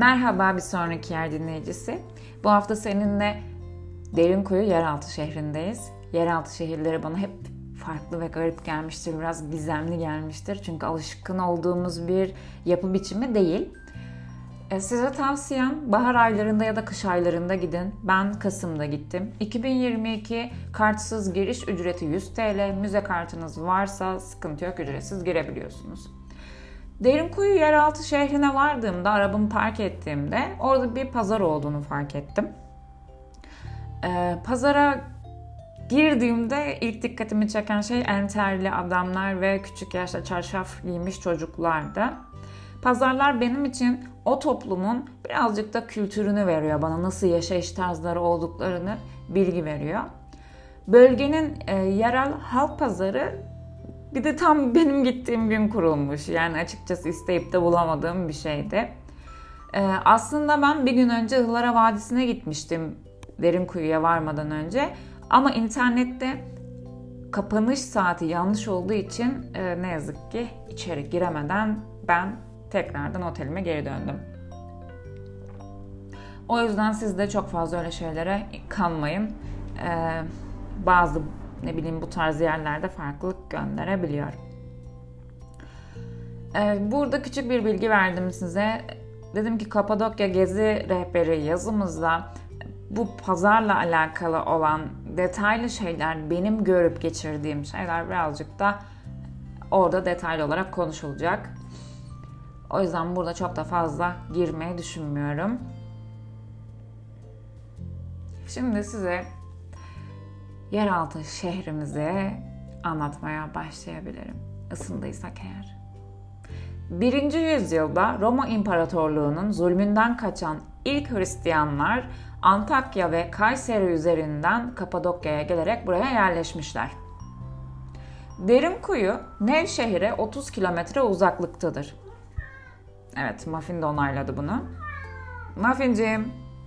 Merhaba bir sonraki yer dinleyicisi. Bu hafta seninle Derinkuyu yeraltı şehrindeyiz. Yeraltı şehirleri bana hep farklı ve garip gelmiştir, biraz gizemli gelmiştir. Çünkü alışkın olduğumuz bir yapı biçimi değil. Size tavsiyem bahar aylarında ya da kış aylarında gidin. Ben Kasım'da gittim. 2022 kartsız giriş ücreti 100 TL. Müze kartınız varsa sıkıntı yok, ücretsiz girebiliyorsunuz. Derinkuyu yeraltı şehrine vardığımda, arabamı park ettiğimde orada bir pazar olduğunu fark ettim. Pazara girdiğimde ilk dikkatimi çeken şey enterli adamlar ve küçük yaşta çarşaf giymiş çocuklardı. Pazarlar benim için o toplumun birazcık da kültürünü veriyor bana, nasıl yaşayış tarzları olduklarını bilgi veriyor. Bölgenin yerel halk pazarı bir de tam benim gittiğim gün kurulmuş. Yani açıkçası isteyip de bulamadığım bir şeydi. Aslında ben bir gün önce Ihlara Vadisi'ne gitmiştim Derinkuyu'ya varmadan önce. Ama internette kapanış saati yanlış olduğu için ne yazık ki içeri giremeden ben tekrardan otelime geri döndüm. O yüzden siz de çok fazla öyle şeylere kanmayın. Bazı bu tarz yerlerde farklılık gönderebiliyor. Burada küçük bir bilgi verdim size. Dedim ki Kapadokya Gezi Rehberi yazımızda bu pazarla alakalı olan detaylı şeyler, benim görüp geçirdiğim şeyler birazcık da orada detaylı olarak konuşulacak. O yüzden burada çok da fazla girmeyi düşünmüyorum. Şimdi size yeraltı şehrimizi anlatmaya başlayabilirim. Isındıysak eğer. 1. yüzyılda Roma İmparatorluğu'nun zulmünden kaçan ilk Hristiyanlar Antakya ve Kayseri üzerinden Kapadokya'ya gelerek buraya yerleşmişler. Derinkuyu Nevşehir'e 30 kilometre uzaklıktadır. Evet, Muffin de onayladı bunu. Muffinciğim.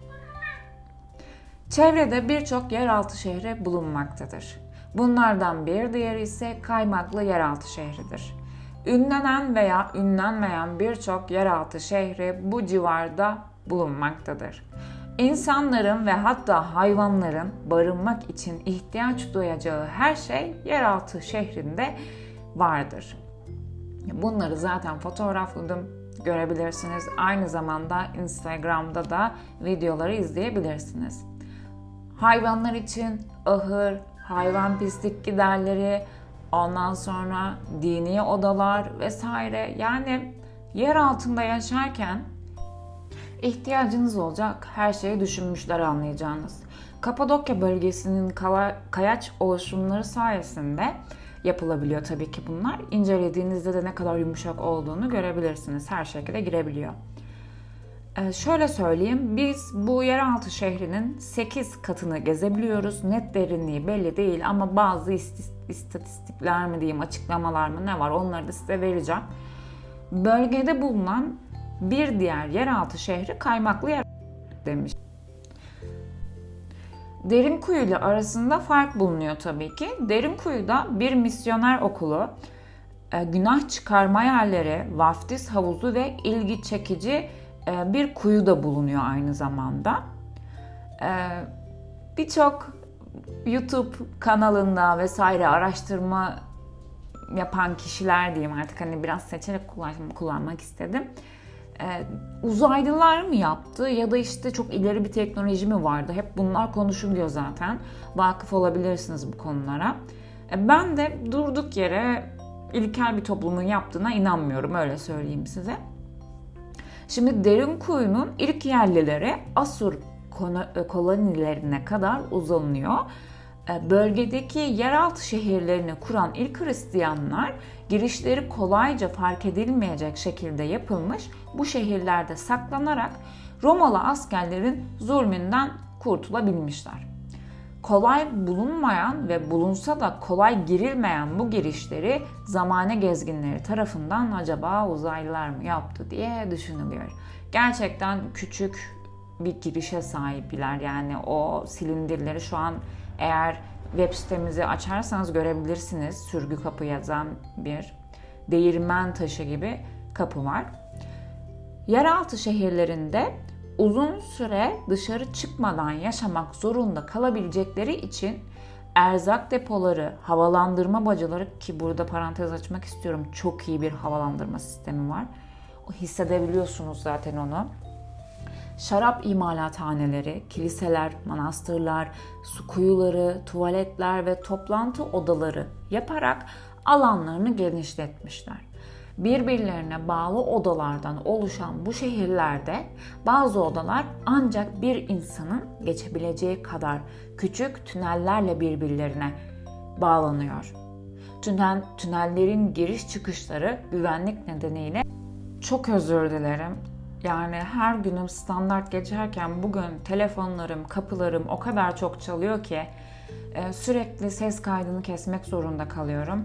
Çevrede birçok yeraltı şehri bulunmaktadır. Bunlardan bir diğeri ise Kaymaklı yeraltı şehridir. Ünlenen veya ünlenmeyen birçok yeraltı şehri bu civarda bulunmaktadır. İnsanların ve hatta hayvanların barınmak için ihtiyaç duyacağı her şey yeraltı şehrinde vardır. Bunları zaten fotoğrafladım, görebilirsiniz. Aynı zamanda Instagram'da da videoları izleyebilirsiniz. Hayvanlar için ahır, hayvan pislik giderleri, ondan sonra dini odalar vesaire. Yani yer altında yaşarken ihtiyacınız olacak her şeyi düşünmüşler, anlayacağınız. Kapadokya bölgesinin kayaç oluşumları sayesinde yapılabiliyor tabii ki bunlar. İncelediğinizde de ne kadar yumuşak olduğunu görebilirsiniz. Her şekilde girebiliyor. Şöyle söyleyeyim, biz bu yeraltı şehrinin 8 katını gezebiliyoruz. Net derinliği belli değil ama bazı istatistikler mi diyeyim, açıklamalar mı ne var, onları da size vereceğim. Bölgede bulunan bir diğer yeraltı şehri Kaymaklı yer demiş. Derinkuyu ile arasında fark bulunuyor tabii ki. Derinkuyu'da bir misyoner okulu, günah çıkarma yerleri, vaftiz havuzu ve ilgi çekici bir kuyu da bulunuyor aynı zamanda. Birçok YouTube kanalında vesaire araştırma yapan kişiler diyeyim artık, hani biraz seçerek kullanmak istedim. Uzaylılar mı yaptı ya da işte çok ileri bir teknoloji mi vardı? Hep bunlar konuşuluyor zaten. Vakıf olabilirsiniz bu konulara. Ben de durduk yere ilkel bir toplumun yaptığına inanmıyorum, öyle söyleyeyim size. Şimdi Derinkuyu'nun ilk yerlileri Asur kolonilerine kadar uzanıyor. Bölgedeki yeraltı şehirlerini kuran ilk Hristiyanlar girişleri kolayca fark edilmeyecek şekilde yapılmış bu şehirlerde saklanarak Romalı askerlerin zulmünden kurtulabilmişler. Kolay bulunmayan ve bulunsa da kolay girilmeyen bu girişleri zamane gezginleri tarafından acaba uzaylılar mı yaptı diye düşünülüyor. Gerçekten küçük bir girişe sahipler, yani o silindirleri şu an eğer web sitemizi açarsanız görebilirsiniz. Sürgü kapı yazan bir değirmen taşı gibi kapı var. Yeraltı şehirlerinde uzun süre dışarı çıkmadan yaşamak zorunda kalabilecekleri için erzak depoları, havalandırma bacaları, ki burada parantez açmak istiyorum, çok iyi bir havalandırma sistemi var. Hissedebiliyorsunuz zaten onu. Şarap imalathaneleri, kiliseler, manastırlar, su kuyuları, tuvaletler ve toplantı odaları yaparak alanlarını genişletmişler. Birbirlerine bağlı odalardan oluşan bu şehirlerde bazı odalar ancak bir insanın geçebileceği kadar küçük tünellerle birbirlerine bağlanıyor. Tünellerin giriş çıkışları güvenlik nedeniyle, çok özür dilerim, yani her günüm standart geçerken bugün telefonlarım, kapılarım o kadar çok çalıyor ki sürekli ses kaydını kesmek zorunda kalıyorum.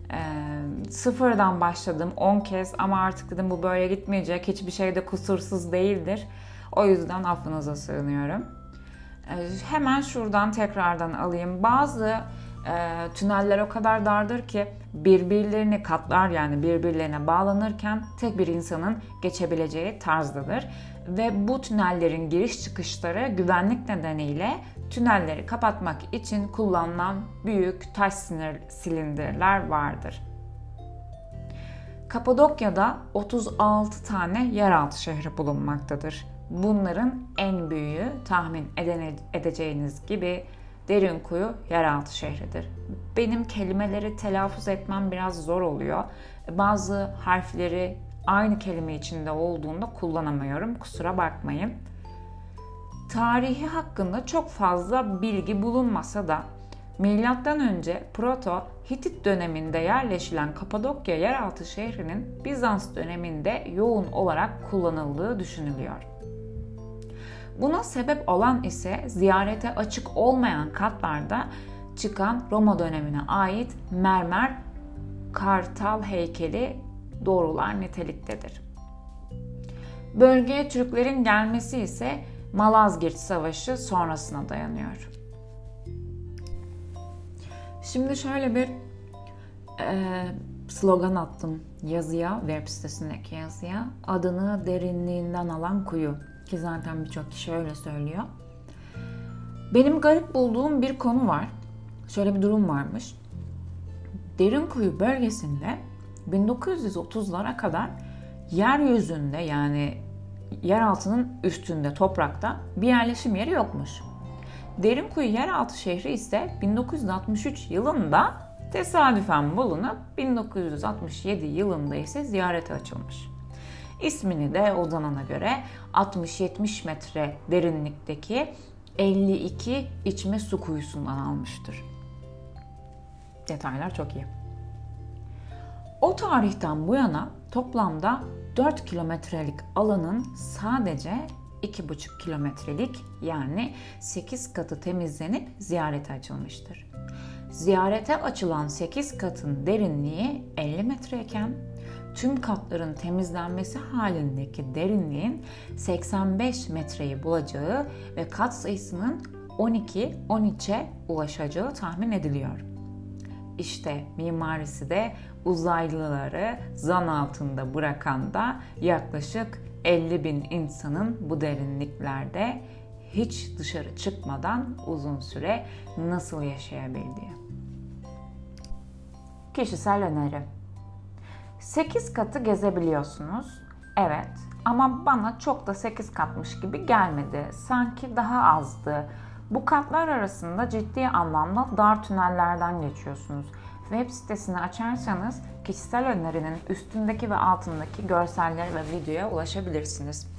Sıfırdan başladım 10 kez ama artık dedim bu böyle gitmeyecek. Hiçbir şey de kusursuz değildir. O yüzden affınıza sığınıyorum. Hemen şuradan tekrardan alayım. Bazı tüneller o kadar dardır ki birbirlerini katlar, yani birbirlerine bağlanırken tek bir insanın geçebileceği tarzdadır. Ve bu tünellerin giriş çıkışları güvenlik nedeniyle tünelleri kapatmak için kullanılan büyük taş silindirler vardır. Kapadokya'da 36 tane yeraltı şehri bulunmaktadır. Bunların en büyüğü tahmin edeceğiniz gibi Derinkuyu yeraltı şehridir. Benim kelimeleri telaffuz etmem biraz zor oluyor. Bazı harfleri aynı kelime içinde olduğunda kullanamıyorum. Kusura bakmayın. Tarihi hakkında çok fazla bilgi bulunmasa da M.Ö. Proto-Hitit döneminde yerleşilen Kapadokya yeraltı şehrinin Bizans döneminde yoğun olarak kullanıldığı düşünülüyor. Buna sebep olan ise ziyarete açık olmayan katlarda çıkan Roma dönemine ait mermer kartal heykeli doğrular niteliktedir. Bölgeye Türklerin gelmesi ise Malazgirt Savaşı sonrasına dayanıyor. Şimdi şöyle bir slogan attım yazıya, web sitesindeki yazıya. Adını derinliğinden alan kuyu. Ki zaten birçok kişi öyle söylüyor. Benim garip bulduğum bir konu var. Şöyle bir durum varmış. Derinkuyu bölgesinde 1930'lara kadar yeryüzünde, yani yeraltının üstünde, toprakta bir yerleşim yeri yokmuş. Derinkuyu yeraltı şehri ise 1963 yılında tesadüfen bulunup 1967 yılında ise ziyarete açılmış. İsmini de o zamana göre 60-70 metre derinlikteki 52 içme su kuyusundan almıştır. Detaylar çok iyi. O tarihten bu yana toplamda 4 kilometrelik alanın sadece 2,5 kilometrelik, yani 8 katı temizlenip ziyarete açılmıştır. Ziyarete açılan 8 katın derinliği 50 metreyken tüm katların temizlenmesi halindeki derinliğin 85 metreyi bulacağı ve kat sayısının 12-13'e ulaşacağı tahmin ediliyor. İşte mimarisi de uzaylıları zan altında bırakan da yaklaşık 50.000 insanın bu derinliklerde hiç dışarı çıkmadan uzun süre nasıl yaşayabildiği. Kişisel öneri. 8 katı gezebiliyorsunuz. Evet, ama bana çok da 8 katmış gibi gelmedi. Sanki daha azdı. Bu katlar arasında ciddi anlamda dar tünellerden geçiyorsunuz. Web sitesini açarsanız kişisel önerinin üstündeki ve altındaki görsellere ve videoya ulaşabilirsiniz.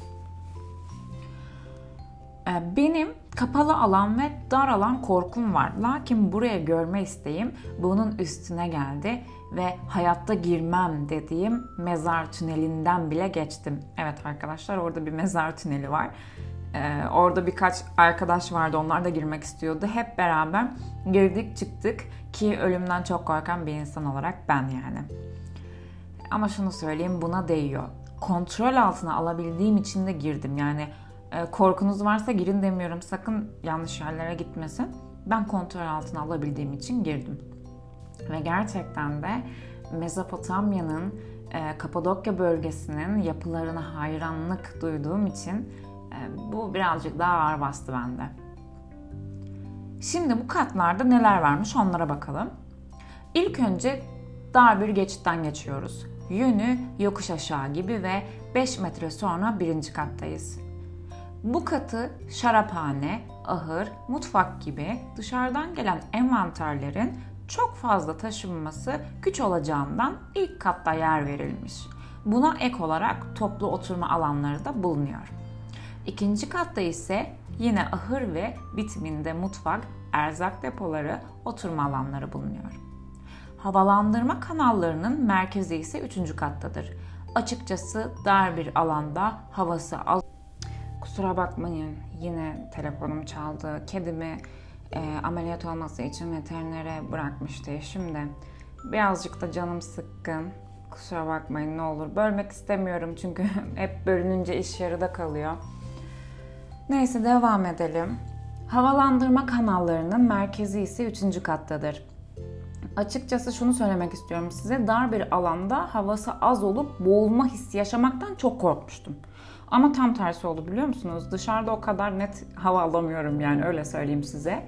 Benim kapalı alan ve dar alan korkum var. Lakin buraya görme isteğim bunun üstüne geldi ve hayatta girmem dediğim mezar tünelinden bile geçtim. Evet arkadaşlar, orada bir mezar tüneli var. Orada birkaç arkadaş vardı, onlar da girmek istiyordu. Hep beraber girdik çıktık ki ölümden çok korkan bir insan olarak ben yani. Ama şunu söyleyeyim, buna değiyor. Kontrol altına alabildiğim için de girdim. Yani korkunuz varsa girin demiyorum, sakın yanlış yerlere gitmesin. Ben kontrol altına alabildiğim için girdim. Ve gerçekten de Mezopotamya'nın, Kapadokya bölgesinin yapılarına hayranlık duyduğum için bu birazcık daha ağır bastı bende. Şimdi bu katlarda neler varmış onlara bakalım. İlk önce dar bir geçitten geçiyoruz. Yönü yokuş aşağı gibi ve 5 metre sonra 1. kattayız. Bu katı şaraphane, ahır, mutfak gibi dışarıdan gelen envanterlerin çok fazla taşınması güç olacağından ilk katta yer verilmiş. Buna ek olarak toplu oturma alanları da bulunuyor. 2. katta ise yine ahır ve bitiminde mutfak, erzak depoları, oturma alanları bulunuyor. Havalandırma kanallarının merkezi ise 3. kattadır. Açıkçası dar bir alanda havası az. Kusura bakmayın, yine telefonum çaldı. Kedimi ameliyat olması için veterinere bırakmıştı şimdi. Birazcık da canım sıkkın. Kusura bakmayın ne olur. Bölmek istemiyorum çünkü hep bölününce iş yarıda kalıyor. Neyse devam edelim. Havalandırma kanallarının merkezi ise 3. kattadır. Açıkçası şunu söylemek istiyorum size. Dar bir alanda havası az olup boğulma hissi yaşamaktan çok korkmuştum. Ama tam tersi oldu biliyor musunuz? Dışarıda o kadar net hava alamıyorum yani öyle söyleyeyim size.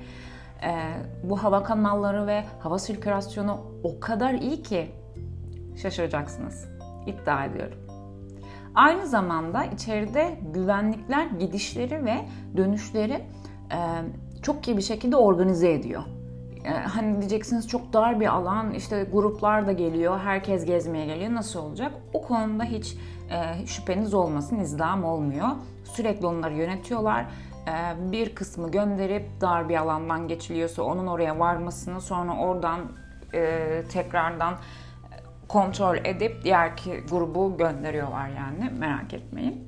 Bu hava kanalları ve hava sirkülasyonu o kadar iyi ki şaşıracaksınız. İddia ediyorum. Aynı zamanda içeride güvenlikler gidişleri ve dönüşleri çok iyi bir şekilde organize ediyor. Hani diyeceksiniz çok dar bir alan, işte gruplar da geliyor, herkes gezmeye geliyor, nasıl olacak? O konuda hiç şüpheniz olmasın, izdiham olmuyor. Sürekli onları yönetiyorlar. Bir kısmı gönderip dar bir alandan geçiliyorsa onun oraya varmasını, sonra oradan tekrardan kontrol edip diğer grubu gönderiyorlar yani, merak etmeyin.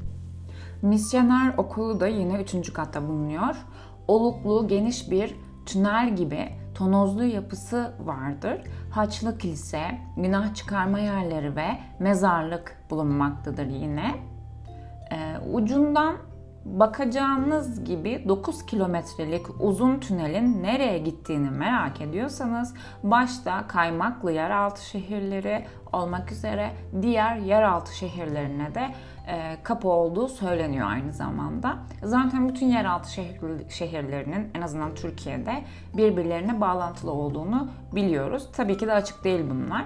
Misyoner okulu da yine 3. katta bulunuyor. Oluklu, geniş bir tünel gibi tonozlu yapısı vardır. Haçlı kilise, günah çıkarma yerleri ve mezarlık bulunmaktadır yine. Ucundan bakacağınız gibi 9 kilometrelik uzun tünelin nereye gittiğini merak ediyorsanız başta Kaymaklı yeraltı şehirleri olmak üzere diğer yeraltı şehirlerine de kapı olduğu söyleniyor aynı zamanda. Zaten bütün yeraltı şehirlerinin en azından Türkiye'de birbirlerine bağlantılı olduğunu biliyoruz. Tabii ki de açık değil bunlar.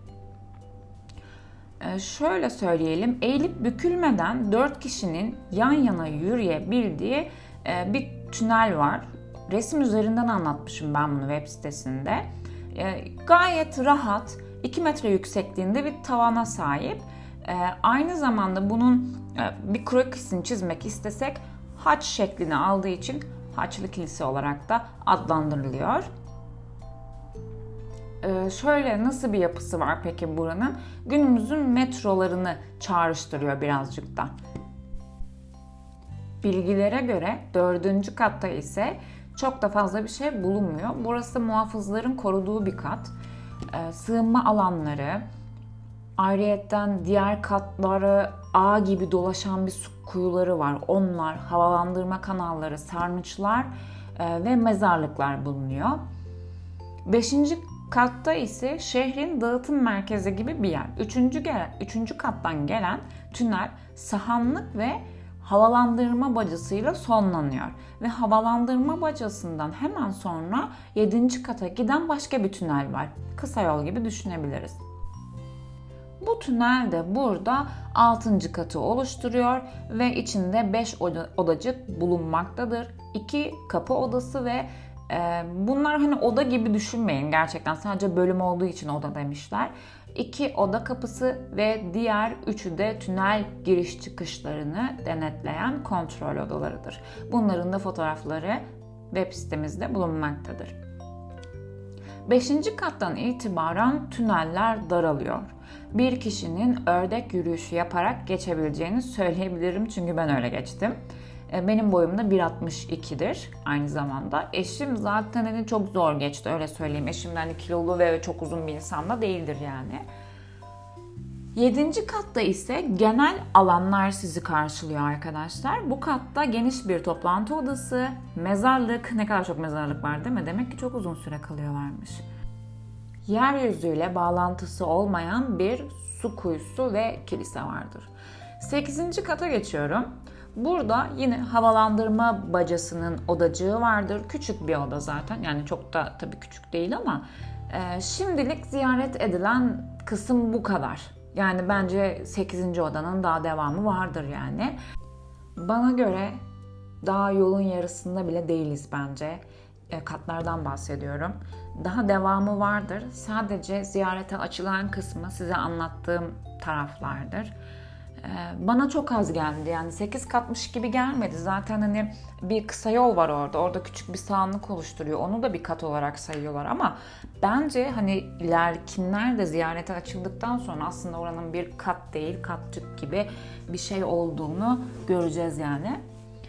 Şöyle söyleyelim, eğilip bükülmeden 4 kişinin yan yana yürüyebildiği bir tünel var. Resim üzerinden anlatmışım ben bunu web sitesinde. Gayet rahat, 2 metre yüksekliğinde bir tavana sahip. Aynı zamanda bunun bir krokisini çizmek istesek haç şeklini aldığı için Haçlı Kilise olarak da adlandırılıyor. Şöyle nasıl bir yapısı var peki buranın? Günümüzün metrolarını çağrıştırıyor birazcık da. Bilgilere göre 4. katta ise çok da fazla bir şey bulunmuyor. Burası muhafızların koruduğu bir kat. Sığınma alanları, ayrıyetten diğer katları ağ gibi dolaşan bir su kuyuları var. Onlar, havalandırma kanalları, sarnıçlar ve mezarlıklar bulunuyor. 5. katta ise şehrin dağıtım merkezi gibi bir yer. 3. kattan gelen tünel sahanlık ve havalandırma bacasıyla sonlanıyor. Ve havalandırma bacasından hemen sonra 7. kata giden başka bir tünel var. Kısa yol gibi düşünebiliriz. Bu tünel de burada 6. katı oluşturuyor ve içinde 5 odacık bulunmaktadır. 2 kapı odası ve bunlar hani oda gibi düşünmeyin, gerçekten sadece bölüm olduğu için oda demişler. 2 oda kapısı ve diğer 3'ü de tünel giriş çıkışlarını denetleyen kontrol odalarıdır. Bunların da fotoğrafları web sitemizde bulunmaktadır. 5. kattan itibaren tüneller daralıyor. Bir kişinin ördek yürüyüşü yaparak geçebileceğini söyleyebilirim çünkü ben öyle geçtim. Benim boyum da 1.62'dir aynı zamanda. Eşim zaten hani çok zor geçti, öyle söyleyeyim. Eşim de hani kilolu ve çok uzun bir insan da değildir yani. 7. katta ise genel alanlar sizi karşılıyor arkadaşlar. Bu katta geniş bir toplantı odası, mezarlık, ne kadar çok mezarlık var değil mi? Demek ki çok uzun süre kalıyorlarmış. yeryüzüyle bağlantısı olmayan bir su kuyusu ve kilise vardır. 8. kata geçiyorum. Burada yine havalandırma bacasının odacığı vardır. Küçük bir oda zaten. Yani çok da tabii küçük değil ama şimdilik ziyaret edilen kısım bu kadar. Yani bence 8. odanın daha devamı vardır yani. Bana göre daha yolun yarısında bile değiliz bence. Katlardan bahsediyorum. Daha devamı vardır. Sadece ziyarete açılan kısmı size anlattığım taraflardır. Bana çok az geldi. Yani 8 katmış gibi gelmedi. Zaten hani bir kısa yol var orada. Orada küçük bir sahanlık oluşturuyor. Onu da bir kat olarak sayıyorlar ama bence hani ilerkinler de ziyarete açıldıktan sonra aslında oranın bir kat değil, katcık gibi bir şey olduğunu göreceğiz yani.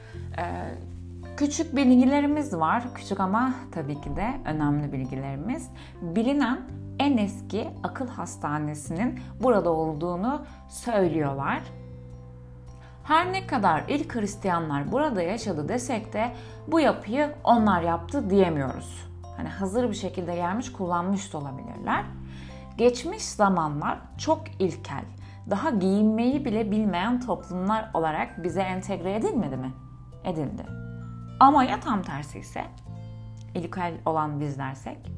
Küçük bilgilerimiz var. Küçük ama tabii ki de önemli bilgilerimiz. Bilinen en eski akıl hastanesinin burada olduğunu söylüyorlar. Her ne kadar ilk Hristiyanlar burada yaşadı desek de bu yapıyı onlar yaptı diyemiyoruz. Hani hazır bir şekilde gelmiş, kullanmış da olabilirler. Geçmiş zamanlar çok ilkel, daha giyinmeyi bile bilmeyen toplumlar olarak bize entegre edilmedi mi? Edildi. Ama ya tam tersi ise, ilkel olan biz dersek?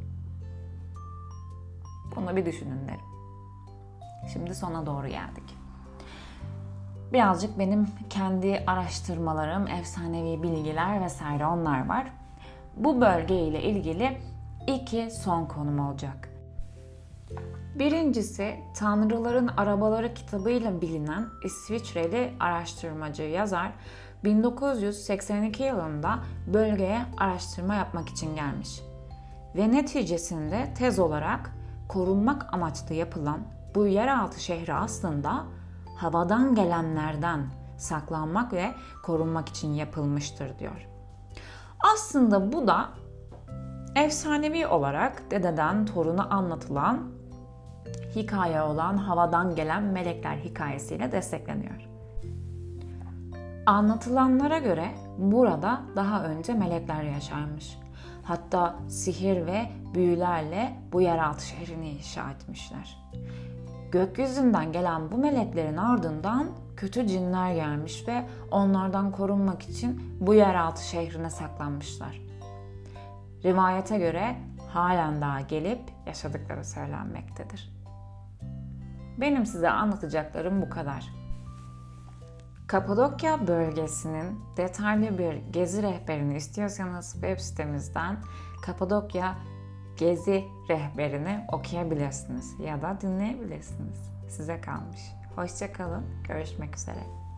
Bunu bir düşünün derim. Şimdi sona doğru geldik. Birazcık benim kendi araştırmalarım, efsanevi bilgiler vesaire onlar var. Bu bölge ile ilgili 2 son konum olacak. Birincisi, Tanrıların Arabaları kitabıyla bilinen İsviçreli araştırmacı yazar 1982 yılında bölgeye araştırma yapmak için gelmiş. Ve neticesinde tez olarak korunmak amaçlı yapılan bu yeraltı şehri aslında havadan gelenlerden saklanmak ve korunmak için yapılmıştır diyor. Aslında bu da efsanevi olarak dededen toruna anlatılan hikaye olan havadan gelen melekler hikayesiyle destekleniyor. Anlatılanlara göre burada daha önce melekler yaşarmış. Hatta sihir ve büyülerle bu yeraltı şehrini inşa etmişler. Gökyüzünden gelen bu meleklerin ardından kötü cinler gelmiş ve onlardan korunmak için bu yeraltı şehrine saklanmışlar. Rivayete göre halen daha gelip yaşadıkları söylenmektedir. Benim size anlatacaklarım bu kadar. Kapadokya bölgesinin detaylı bir gezi rehberini istiyorsanız web sitemizden Kapadokya Gezi rehberini okuyabilirsiniz ya da dinleyebilirsiniz. Size kalmış. Hoşça kalın. Görüşmek üzere.